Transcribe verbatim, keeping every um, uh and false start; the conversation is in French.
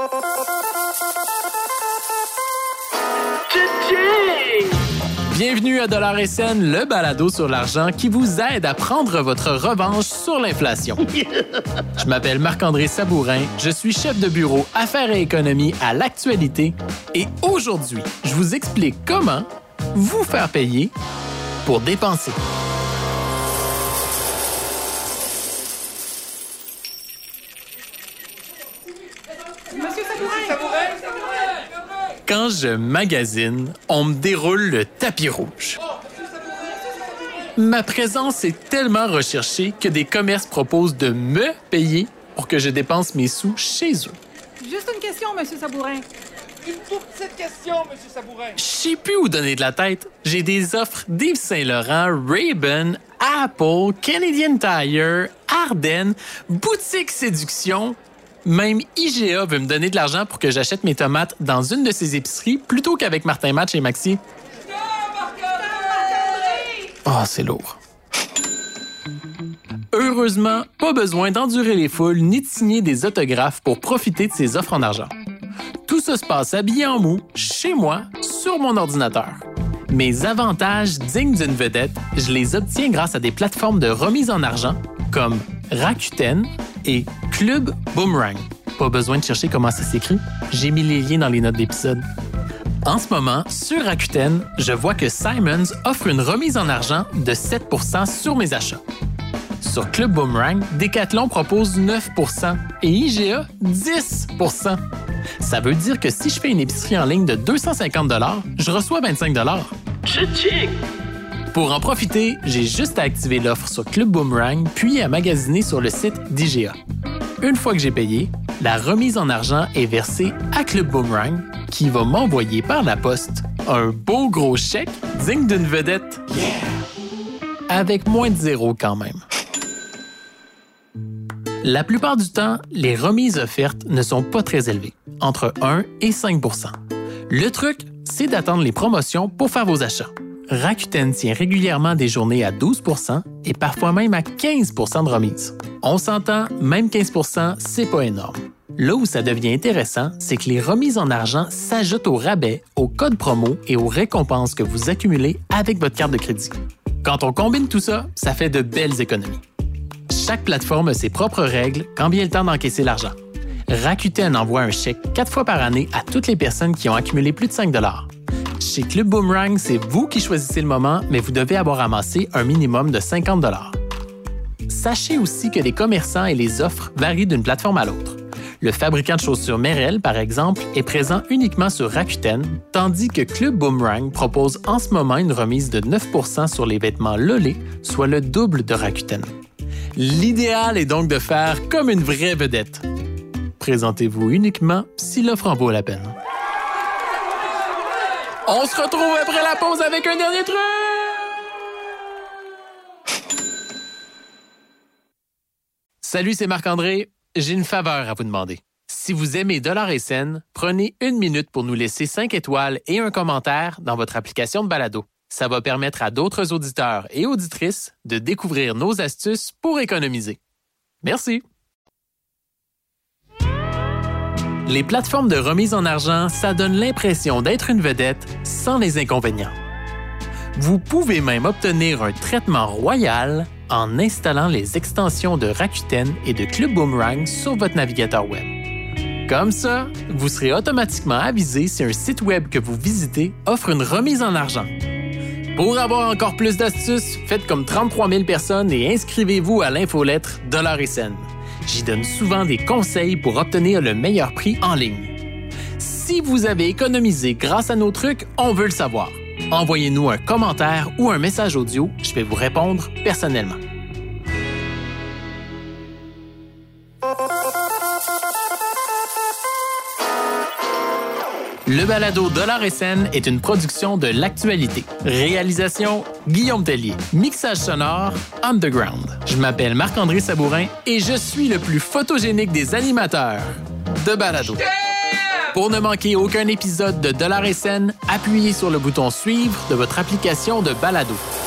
Bienvenue à Dollar et Scène, le balado sur l'argent qui vous aide à prendre votre revanche sur l'inflation. Je m'appelle Marc-André Sabourin, je suis chef de bureau Affaires et économie à l'Actualité et aujourd'hui, je vous explique comment vous faire payer pour dépenser. Monsieur Sabourin! Quand je magasine, on me déroule le tapis rouge. Ma présence est tellement recherchée que des commerces proposent de me payer pour que je dépense mes sous chez eux. Juste une question, Monsieur Sabourin. Une toute petite question, Monsieur Sabourin. Je sais plus où donner de la tête. J'ai des offres d'Yves Saint-Laurent, Ray-Ban, Apple, Canadian Tire, Ardennes, Boutique Séduction. Même I G A veut me donner de l'argent pour que j'achète mes tomates dans une de ses épiceries plutôt qu'avec Martin Match et Maxi. Ah, oh, c'est lourd. Heureusement, pas besoin d'endurer les foules ni de signer des autographes pour profiter de ces offres en argent. Tout ça se passe habillé en mou, chez moi, sur mon ordinateur. Mes avantages dignes d'une vedette, je les obtiens grâce à des plateformes de remise en argent comme Rakuten et Club Boomerang. Pas besoin de chercher comment ça s'écrit, j'ai mis les liens dans les notes d'épisode. En ce moment, sur Rakuten, je vois que Simons offre une remise en argent de sept pour cent sur mes achats. Sur Club Boomerang, Decathlon propose neuf pour cent et I G A dix pour cent. Ça veut dire que si je fais une épicerie en ligne de deux cent cinquante dollars, je reçois vingt-cinq dollars. Tching! Pour en profiter, j'ai juste à activer l'offre sur Club Boomerang puis à magasiner sur le site d'I G A. Une fois que j'ai payé, la remise en argent est versée à Club Boomerang qui va m'envoyer par la poste un beau gros chèque digne d'une vedette. Yeah! Avec moins de zéro quand même. La plupart du temps, les remises offertes ne sont pas très élevées, entre un et cinq pour cent. Le truc, c'est d'attendre les promotions pour faire vos achats. Rakuten tient régulièrement des journées à douze pour cent et parfois même à quinze pour cent de remise. On s'entend, même quinze pour cent, c'est pas énorme. Là où ça devient intéressant, c'est que les remises en argent s'ajoutent aux rabais, aux codes promo et aux récompenses que vous accumulez avec votre carte de crédit. Quand on combine tout ça, ça fait de belles économies. Chaque plateforme a ses propres règles quand vient le temps d'encaisser l'argent. Rakuten envoie un chèque quatre fois par année à toutes les personnes qui ont accumulé plus de cinq dollars. Chez Club Boomerang, c'est vous qui choisissez le moment, mais vous devez avoir amassé un minimum de cinquante dollars. Sachez aussi que les commerçants et les offres varient d'une plateforme à l'autre. Le fabricant de chaussures Merrell, par exemple, est présent uniquement sur Rakuten, tandis que Club Boomerang propose en ce moment une remise de neuf pour cent sur les vêtements Lolé, soit le double de Rakuten. L'idéal est donc de faire comme une vraie vedette. Présentez-vous uniquement si l'offre en vaut la peine. On se retrouve après la pause avec un dernier truc! Salut, c'est Marc-André. J'ai une faveur à vous demander. Si vous aimez Dollar et Scène, prenez une minute pour nous laisser cinq étoiles et un commentaire dans votre application de balado. Ça va permettre à d'autres auditeurs et auditrices de découvrir nos astuces pour économiser. Merci! Les plateformes de remise en argent, ça donne l'impression d'être une vedette sans les inconvénients. Vous pouvez même obtenir un traitement royal en installant les extensions de Rakuten et de Club Boomerang sur votre navigateur web. Comme ça, vous serez automatiquement avisé si un site web que vous visitez offre une remise en argent. Pour avoir encore plus d'astuces, faites comme trente-trois mille personnes et inscrivez-vous à l'infolettre Dollar et Scène. J'y donne souvent des conseils pour obtenir le meilleur prix en ligne. Si vous avez économisé grâce à nos trucs, on veut le savoir. Envoyez-nous un commentaire ou un message audio, je vais vous répondre personnellement. Le balado Dollar et Scène est une production de l'Actualité. Réalisation, Guillaume Tellier. Mixage sonore, Underground. Je m'appelle Marc-André Sabourin et je suis le plus photogénique des animateurs de balado. Pour ne manquer aucun épisode de Dollar et Scène, appuyez sur le bouton « Suivre » de votre application de balado.